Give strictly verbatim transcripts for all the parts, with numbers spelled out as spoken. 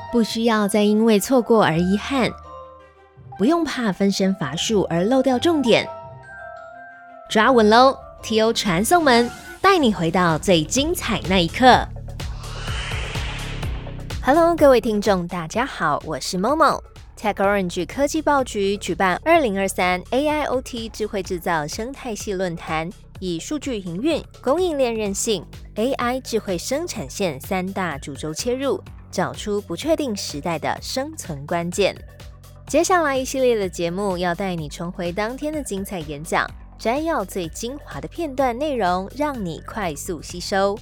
不需要再因为错过而遗憾，不用怕分身乏术而漏掉重点。抓稳喽 ！T O 传送门带你回到最精彩那一刻。Hello， 各位听众，大家好，我是 Momo。TechOrange 科技报局举办二零二三 A I O T 智慧制造生态系论坛，以数据营运、供应链韧性、A I 智慧生产线三大主轴切入，找出不确定时代的生存关键。接下来一系列的节目要带你重回当天的精彩演讲，摘要最精华的片段内容，让你快速吸收。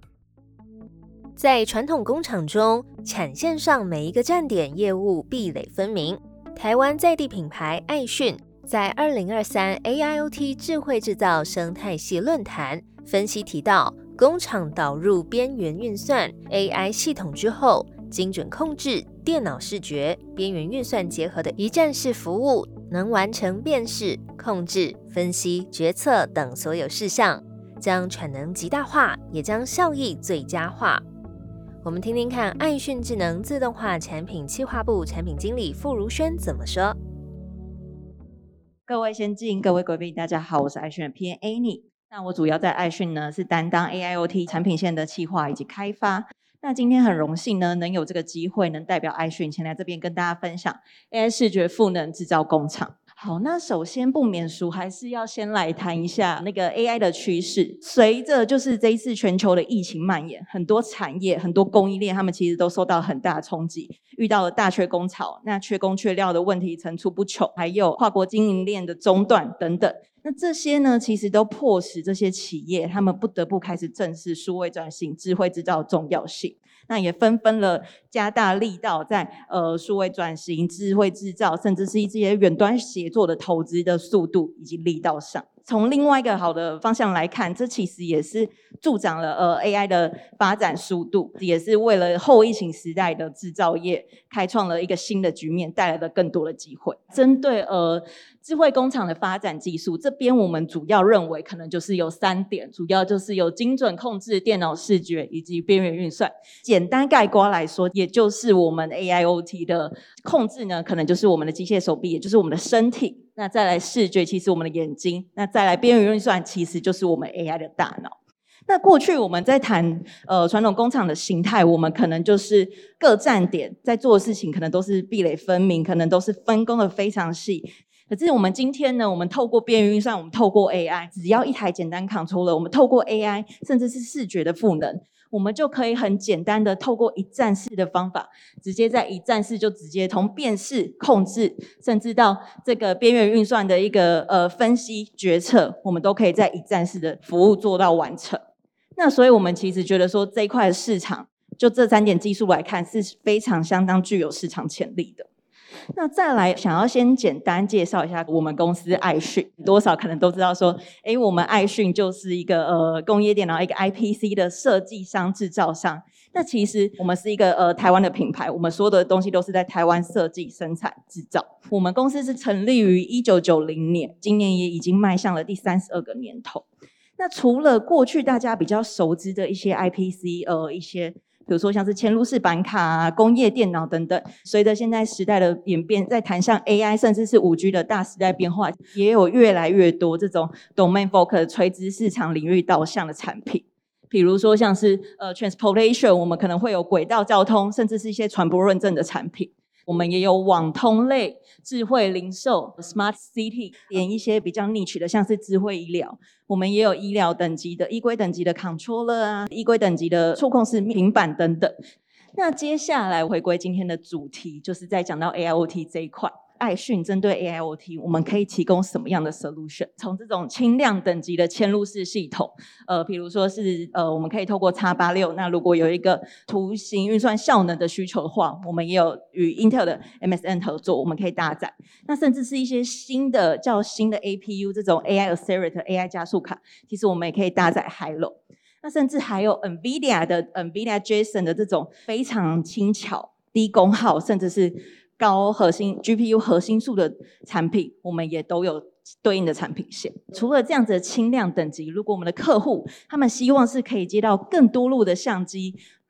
在传统工厂中，产线上每一个站点业务壁垒分明。台湾在地品牌爱讯在二零二三 A I O T 智慧制造生态系论坛分析提到，工厂导入边缘运算 A I 系统之后，精准控制、电脑视觉、边缘运算结合的一站式服务，能完成辨识、控制、分析、决策等所有事项，将产能极大化，也将效益最佳化。我们听听看爱讯智能自动化产品企划部产品经理傅如萱怎么说。 各位先进，各位贵宾，大家好，我是爱讯的 P M Annie。那我主要在爱讯呢是担当 A I O T 产品线的企划以及开发。那今天很荣幸呢，能有这个机会，能代表爱讯前来这边跟大家分享 A I 视觉赋能制造工厂。好，那首先不免俗，还是要先来谈一下那个 A I 的趋势。随着就是这一次全球的疫情蔓延，很多产业、很多供应链，他们其实都受到很大的冲击，遇到了大缺工潮，那缺工缺料的问题层出不穷，还有跨国经营链的中断等等。那这些呢，其实都迫使这些企业他们不得不开始正视数位转型、智慧制造的重要性。那也纷纷了加大力道在呃数位转型、智慧制造，甚至是一些远端协作的投资的速度以及力道上。从另外一个好的方向来看，这其实也是助长了呃 A I 的发展速度，也是为了后疫情时代的制造业开创了一个新的局面，带来了更多的机会。针对呃智慧工厂的发展技术，这边我们主要认为可能就是有三点，主要就是有精准控制、电脑视觉以及边缘运算。简单概括来说，也就是我们 A I O T 的控制呢，可能就是我们的机械手臂，也就是我们的身体。那再来视觉，其实我们的眼睛；那再来边缘运算，其实就是我们 A I 的大脑。那过去我们在谈呃传统工厂的形态，我们可能就是各站点在做的事情，可能都是壁垒分明，可能都是分工的非常细。可是我们今天呢，我们透过边缘运算，我们透过 A I， 只要一台简单 controller， 我们透过 A I， 甚至是视觉的赋能，我们就可以很简单的透过一站式的方法，直接在一站式就直接从辨识、控制，甚至到这个边缘运算的一个呃分析、决策，我们都可以在一站式的服务做到完成。那所以我们其实觉得说这一块的市场，就这三点技术来看，是非常相当具有市场潜力的。那再来想要先简单介绍一下我们公司爱讯，多少可能都知道说，诶我们爱讯就是一个呃工业电脑一个 I P C 的设计商、制造商。那其实我们是一个呃台湾的品牌，我们所有的东西都是在台湾设计、生产、制造。我们公司是成立于一九九零年，今年也已经迈向了第三十二个年头。那除了过去大家比较熟知的一些 I P C， 呃一些比如说像是嵌入式板卡啊、工业电脑等等，随着现在时代的演变，在谈向 A I 甚至是 五 G 的大时代变化，也有越来越多这种 domain focus 垂直市场领域导向的产品。比如说像是呃 transportation， 我们可能会有轨道交通，甚至是一些船舶认证的产品。我们也有网通类、智慧零售、Smart City， 连一些比较 niche 的，像是智慧医疗。我们也有医疗等级的、医规等级的 controller 啊，医规等级的触控式平板等等。那接下来回归今天的主题，就是在讲到 A I O T 这一块。爱讯针对 A I O T， 我们可以提供什么样的 solution？ 从这种轻量等级的嵌入式系统，呃，比如说是呃，我们可以透过 X 八十六， 那如果有一个图形运算效能的需求的话，我们也有与 Intel 的 M S N 合作，我们可以搭载。那甚至是一些新的较新的 A P U， 这种 A I Accelerator A I 加速卡，其实我们也可以搭载 Hilo。那甚至还有 NVIDIA 的 NVIDIA Jetson 的这种非常轻巧、低功耗，甚至是高核心 G P U 核心数的产品，我们也都有对应的产品线。除了这样子的轻量等级，如果我们的客户他们希望是可以接到更多路的相机，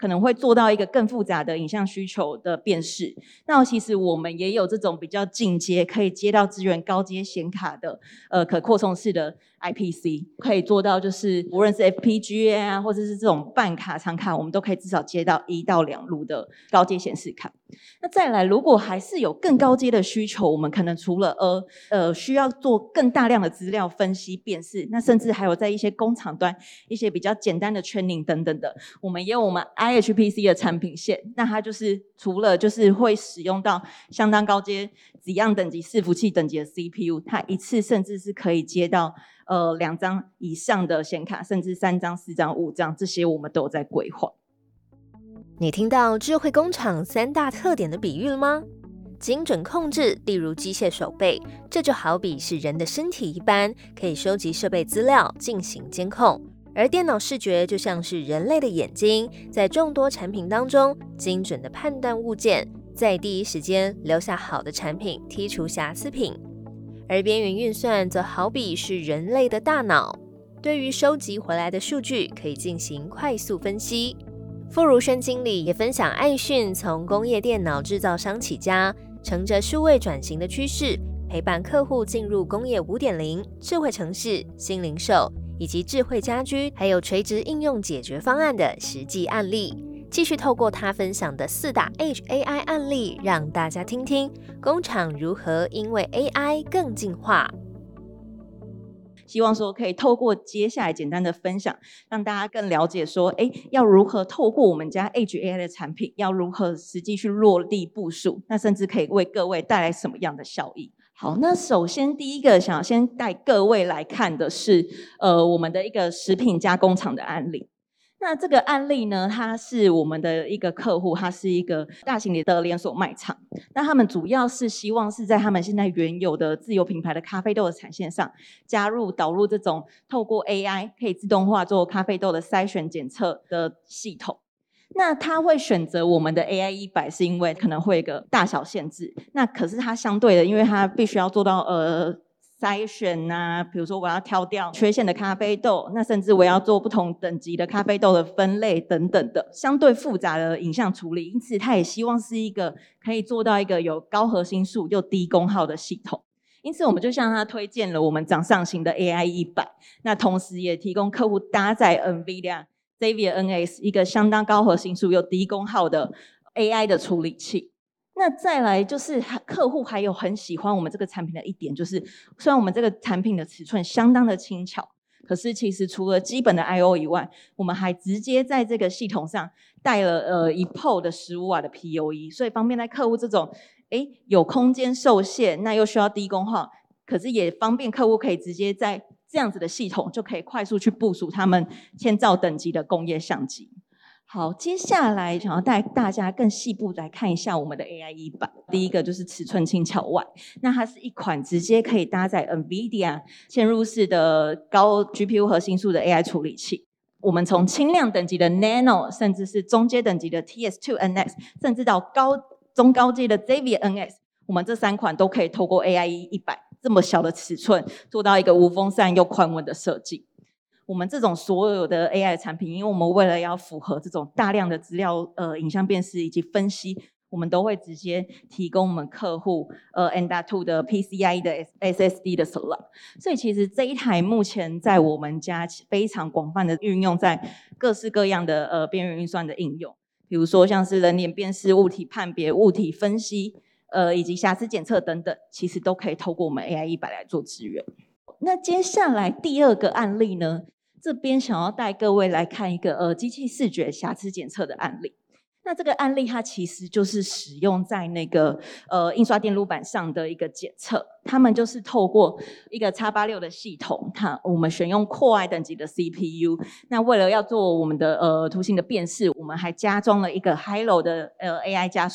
可能会做到一个更复杂的影像需求的辨识。那其实我们也有这种比较进阶，可以接到支援高阶显卡的呃可扩充式的 I P C， 可以做到就是无论是 F P G A 啊，或者是这种半卡长卡，我们都可以至少接到一到两路的高阶显示卡。那再来，如果还是有更高阶的需求，我们可能除了呃呃需要做更大量的资料分析辨识，那甚至还有在一些工厂端一些比较简单的 training 等等的，我们也有我们 I H P C 的产品线。那它就是除了就是会使用到相当高阶 Xeon 等级伺服器等级的 C P U， 它一次甚至是可以接到呃两张以上的显卡，甚至三张、四张、五张，这些我们都有在规划。 你听到智慧工厂三大特点的比喻了吗？精准控制，例如机械手背，这就好比是人的身体一般，可以收集设备资料进行监控。而电脑视觉就像是人类的眼睛，在众多产品当中精准的判断物件，在第一时间留下好的产品，剔除瑕疵品。而边缘运算则好比是人类的大脑，对于收集回来的数据可以进行快速分析。傅如萱经理也分享爱讯从工业电脑制造商起家，乘着数位转型的趋势，陪伴客户进入工业 五点零、智慧城市、新零售以及智慧家居，还有垂直应用解决方案的实际案例。继续透过他分享的四大 Edge A I 案例，让大家听听工厂如何因为 A I 更进化。 希望说可以透过接下来简单的分享，让大家更了解说，哎，要如何透过我们家 Edge A I 的产品，要如何实际去落地部署，那甚至可以为各位带来什么样的效益。好，那首先第一个想要先带各位来看的是，呃，我们的一个食品加工厂的案例。那这个案例呢，它是我们的一个客户，它是一个大型的连锁卖场。那他们主要是希望是在他们现在原有的自有品牌的咖啡豆的产线上，加入导入这种透过 A I 可以自动化做咖啡豆的筛选检测的系统。那他会选择我们的 A I 一百，是因为可能会有一个大小限制。那可是它相对的，因为它必须要做到呃。筛选啊，比如说我要挑掉缺陷的咖啡豆，那甚至我要做不同等级的咖啡豆的分类等等的，相对复杂的影像处理，因此他也希望是一个可以做到一个有高核心数又低功耗的系统。因此我们就向他推荐了我们掌上型的 A I 一百，那同时也提供客户搭载 NVIDIA Xavier N S 一个相当高核心数又低功耗的 A I 的处理器。那再来就是客户还有很喜欢我们这个产品的一点，就是虽然我们这个产品的尺寸相当的轻巧，可是其实除了基本的 I O 以外，我们还直接在这个系统上带了呃一 P O 的十五瓦的 P O E， 所以方便在客户这种诶有空间受限，那又需要低功耗，可是也方便客户可以直接在这样子的系统就可以快速去部署他们千兆等级的工业相机。好，接下来想要带大家更细部来看一下我们的 A I 一百。第一个就是尺寸轻巧外，那它是一款直接可以搭载 NVIDIA 嵌入式的高 G P U 核心数的 A I 处理器。我们从轻量等级的 Nano， 甚至是中阶等级的 T S 二 N X， 甚至到高中高阶的 Xavier N X， 我们这三款都可以透过 A I 一百这么小的尺寸，做到一个无风扇又宽温的设计。我们这种所有的 A I 的产品，因为我们为了要符合这种大量的资料呃影像辨识以及分析，我们都会直接提供我们客户呃 M dot 二 的 P C I E 的 S S D 的 slot。所以其实这一台目前在我们家非常广泛的运用在各式各样的呃边缘运算的应用，比如说像是人脸辨识、物体判别、物体分析，呃以及瑕疵检测等等，其实都可以透过我们 A I 一百来做支援。那接下来第二个案例呢？这边想要带各位来看一个呃机器视觉瑕疵检测的案例。那这个案例它其实就是使用在那个呃印刷电路板上的一个检测，他们就是透过一个 X 八十六 的系统，它我们选用 Core i 等级的 C P U。那为了要做我们的呃图形的辨识，我们还加装了一个 Hilo 的呃 A I 加速卡。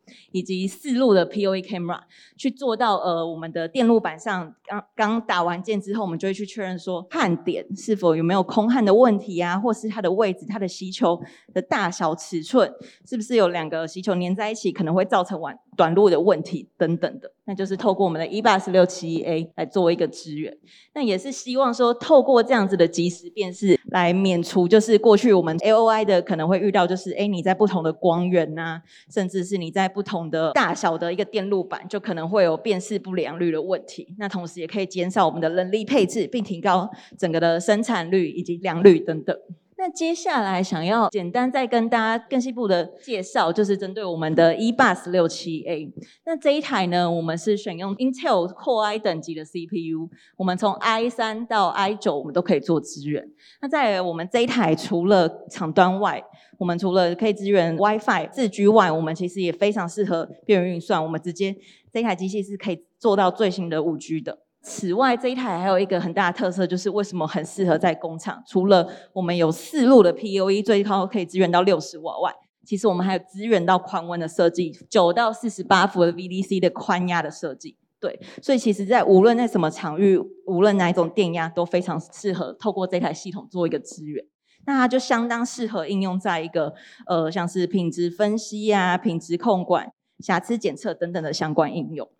以及四路的 P O E camera 去做到呃我们的电路板上刚刚打完键之后，我们就会去确认说焊点是否有没有空焊的问题啊，或是它的位置、它的吸球的大小、尺寸，是不是有两个吸球粘在一起，可能会造成短短路的问题等等的。那就是透过我们的 E B A S 六七一 A 来做一个支援。那也是希望说透过这样子的即时辨识来免除就是过去我们 A O I 的可能会遇到就是哎你在不同的光源啊，甚至是你在不同的大小的一个电路板就可能会有辨识不良率的问题。那同时也可以减少我们的人力配置，并提高整个的生产率以及良率等等。那接下来想要简单再跟大家更细部的介绍，就是针对我们的 E B A S 六七 A。那这一台呢，我们是选用 Intel Core I 等级的 C P U， 我们从 I 三 到 I 九 我们都可以做支援。那在我们这一台除了厂端外，我们除了可以支援 Wi-Fi 四 G 外，我们其实也非常适合边缘运算，我们直接这一台机器是可以做到最新的 五 G 的。此外，这一台还有一个很大的特色，就是为什么很适合在工厂。除了我们有四路的 P O E， 最高可以支援到六十瓦外，其实我们还有支援到宽温的设计，九到四十八伏的 V D C 的宽压的设计。对，所以其实在无论在什么场域，无论哪一种电压，都非常适合透过这台系统做一个支援。那它就相当适合应用在一个呃像是品质分析啊、品质控管、瑕疵检测等等的相关应用。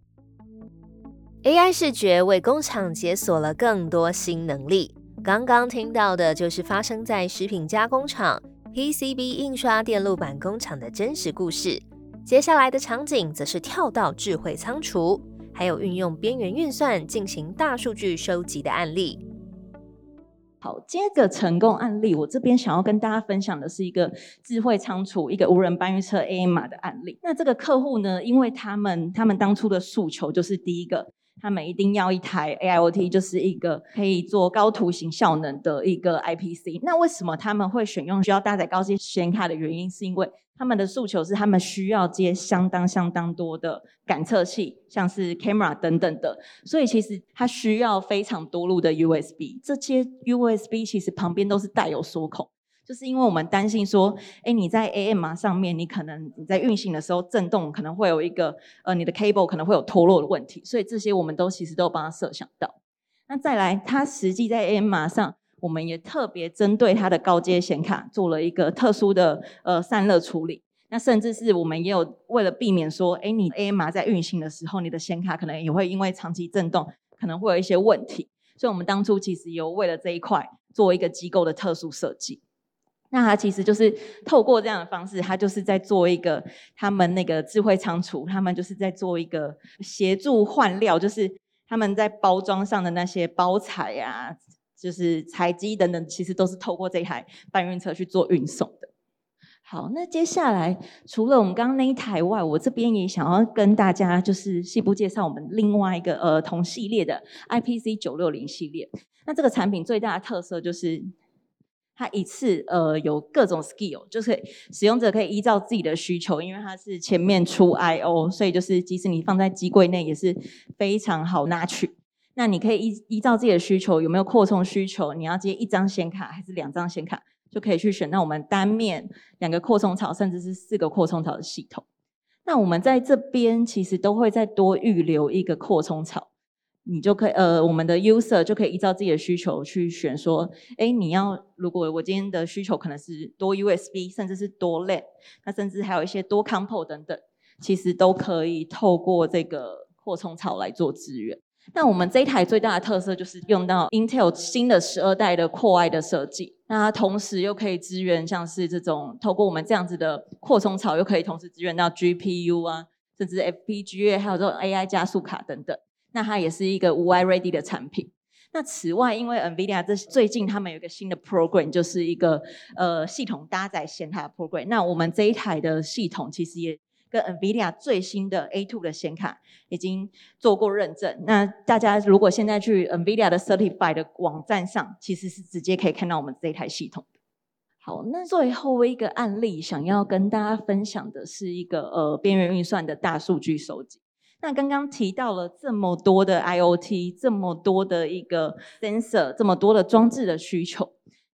A I 视觉为工厂解锁了更多新能力。刚刚听到的就是发生在食品加工厂、P C B 印刷电路板工厂的真实故事。接下来的场景则是跳到智慧仓储，还有运用边缘运算进行大数据收集的案例。 好，接着成功案例，我这边想要跟大家分享的是一个智慧仓储、一个无人搬运车 A M R 的案例。那这个客户呢，因为他们他们当初的诉求就是第一个，他们一定要一台 A I O T， 就是一个可以做高图形效能的一个 I P C。那为什么他们会选用需要搭载高阶显卡的原因，是因为他们的诉求是他们需要接相当相当多的感测器，像是 camera 等等的，所以其实它需要非常多路的 U S B。这些 U S B 其实旁边都是带有锁孔，就是因为我们担心说，哎，你在 A M R 上面，你可能你在运行的时候震动可能会有一个呃你的 cable 可能会有脱落的问题，所以这些我们都其实都有帮他设想到。那再来，它实际在 A M R 上，我们也特别针对它的高阶显卡做了一个特殊的呃散热处理。那甚至是我们也有为了避免说，哎，你 A M R 在运行的时候，你的显卡可能也会因为长期震动，可能会有一些问题。所以我们当初其实有为了这一块做一个机构的特殊设计。那它其实就是透过这样的方式，它就是在做一个他们那个智慧仓储，他们就是在做一个协助换料，就是他们在包装上的那些包材啊，就是材机等等，其实都是透过这台搬运车去做运送的。好，那接下来除了我们刚刚那一台外，我这边也想要跟大家就是细部介绍我们另外一个呃同系列的 I P C 九六零系列。那这个产品最大的特色就是它一次呃有各种 skill， 就是使用者可以依照自己的需求，因为它是前面出 I O， 所以就是即使你放在机柜内也是非常好拿取。那你可以依依照自己的需求，有没有扩充需求，你要接一张显卡还是两张显卡，就可以去选到我们单面两个扩充槽，甚至是四个扩充槽的系统。那我们在这边其实都会再多预留一个扩充槽，你就可以呃，我们的 user 就可以依照自己的需求去选说，哎，你要如果我今天的需求可能是多 U S B， 甚至是多 L E D， 那甚至还有一些多 compo 等等，其实都可以透过这个扩充槽来做支援。那我们这一台最大的特色就是用到 Intel 新的十二代的 Core I 的设计，那它同时又可以支援像是这种透过我们这样子的扩充槽，又可以同时支援到 G P U 啊，甚至 F P G A， 还有这种 A I 加速卡等等。那它也是一个无 I ready 的产品。那此外，因为 NVIDIA 这最近他们有一个新的 program， 就是一个呃系统搭载显卡的 program。那我们这一台的系统其实也跟 NVIDIA 最新的 A 二 的显卡已经做过认证。那大家如果现在去 NVIDIA 的 Certified 的网站上，其实是直接可以看到我们这一台系统的。好，那最后一个案例想要跟大家分享的是一个呃边缘运算的大数据收集。那刚刚提到了这么多的 I O T， 这么多的一个 sensor， 这么多的装置的需求，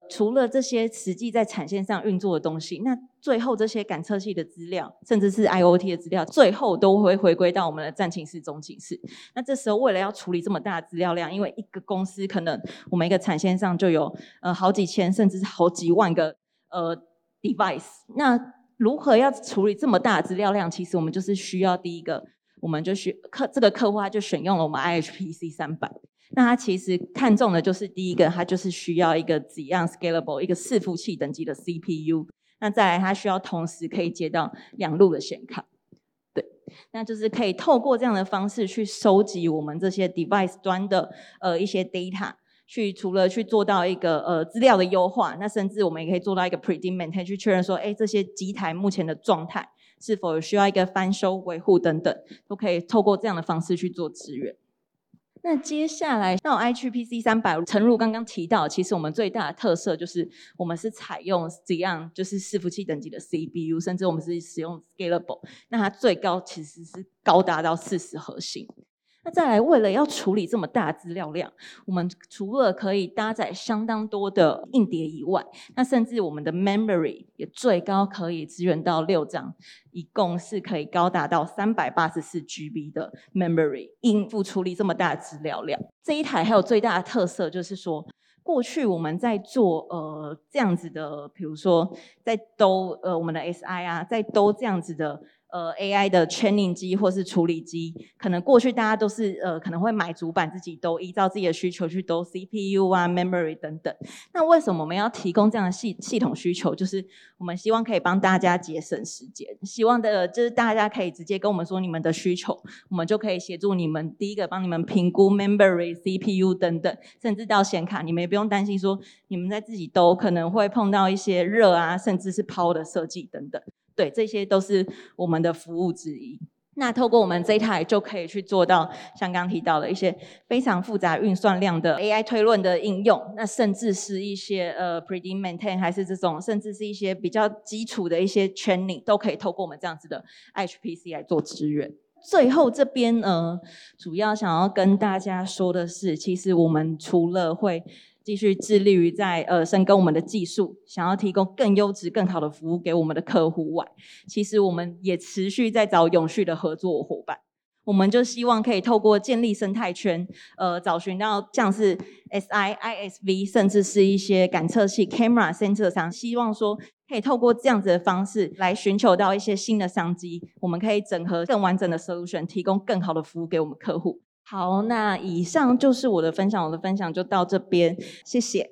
除了这些实际在产线上运作的东西，那最后这些感测器的资料，甚至是 I O T 的资料，最后都会回归到我们的战情室、中情室。那这时候为了要处理这么大的资料量，因为一个公司可能我们一个产线上就有呃好几千甚至是好几万个呃 device， 那如何要处理这么大的资料量？其实我们就是需要第一个，我们就需客这个客户他就选用了我们 I H P C 三百。那他其实看中的就是第一个，他就是需要一个怎样 scalable 一个伺服器等级的 C P U。那再来，他需要同时可以接到两路的显卡。对，那就是可以透过这样的方式去收集我们这些 device 端的呃一些 data。去除了去做到一个呃资料的优化，那甚至我们也可以做到一个 predict maintain 去确认说，哎，这些机台目前的状态是否有需要一个翻修维护等等，都可以透过这样的方式去做支援。那接下来，那 I H P C 三百，诚如刚刚提到，其实我们最大的特色就是我们是采用这样就是伺服器等级的 C P U， 甚至我们是使用 scalable， 那它最高其实是高达到四十核心。那再来，为了要处理这么大的资料量，我们除了可以搭载相当多的硬碟以外，那甚至我们的 memory 也最高可以支援到六张，一共是可以高达到三百八十四 G B 的 memory， 应付处理这么大的资料量。这一台还有最大的特色就是说，过去我们在做呃这样子的，比如说在兜呃我们的 S I 啊，在兜这样子的。呃 A I 的 training 机或是处理机，可能过去大家都是呃可能会买主板自己兜，依照自己的需求去兜 C P U 啊 memory 等等。那为什么我们要提供这样的系系统需求？就是我们希望可以帮大家节省时间，希望的就是大家可以直接跟我们说你们的需求，我们就可以协助你们第一个帮你们评估 memory C P U 等等，甚至到显卡，你们也不用担心说你们在自己兜可能会碰到一些热啊，甚至是抛的设计等等。对，这些都是我们的服务之一。那透过我们这一台就可以去做到像刚提到的一些非常复杂运算量的 A I 推论的应用，那甚至是一些呃 predict maintain 还是这种甚至是一些比较基础的一些 training 都可以透过我们这样子的 I H P C 来做支援。最后这边呢，主要想要跟大家说的是，其实我们除了会继续致力于在呃深耕我们的技术，想要提供更优质、更好的服务给我们的客户外，其实我们也持续在找永续的合作伙伴。我们就希望可以透过建立生态圈，呃，找寻到像是 S I、I S V， 甚至是一些感测器 camera sensor 商，希望说可以透过这样子的方式来寻求到一些新的商机，我们可以整合更完整的 solution， 提供更好的服务给我们客户。好，那以上就是我的分享，我的分享就到这边，谢谢。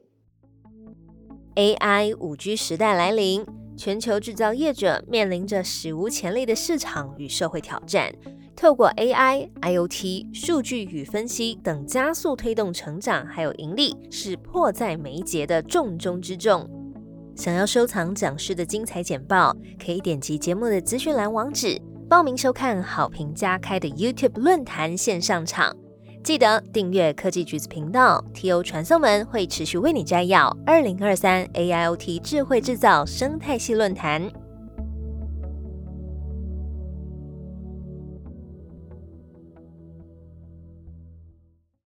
A I 五 G 时代来临，全球制造业者面临着史无前例的市场与社会挑战。透过 A I、I O T、数据与分析等加速推动成长，还有盈利，是迫在眉睫的重中之重。想要收藏讲师的精彩简报，可以点击节目的资讯栏网址，报名收看好评加开的 YouTube 论坛线上场。记得订阅科技橘子频道 ，T O 传送门会持续为你摘要二零二三 A I O T 智慧制造生态系论坛。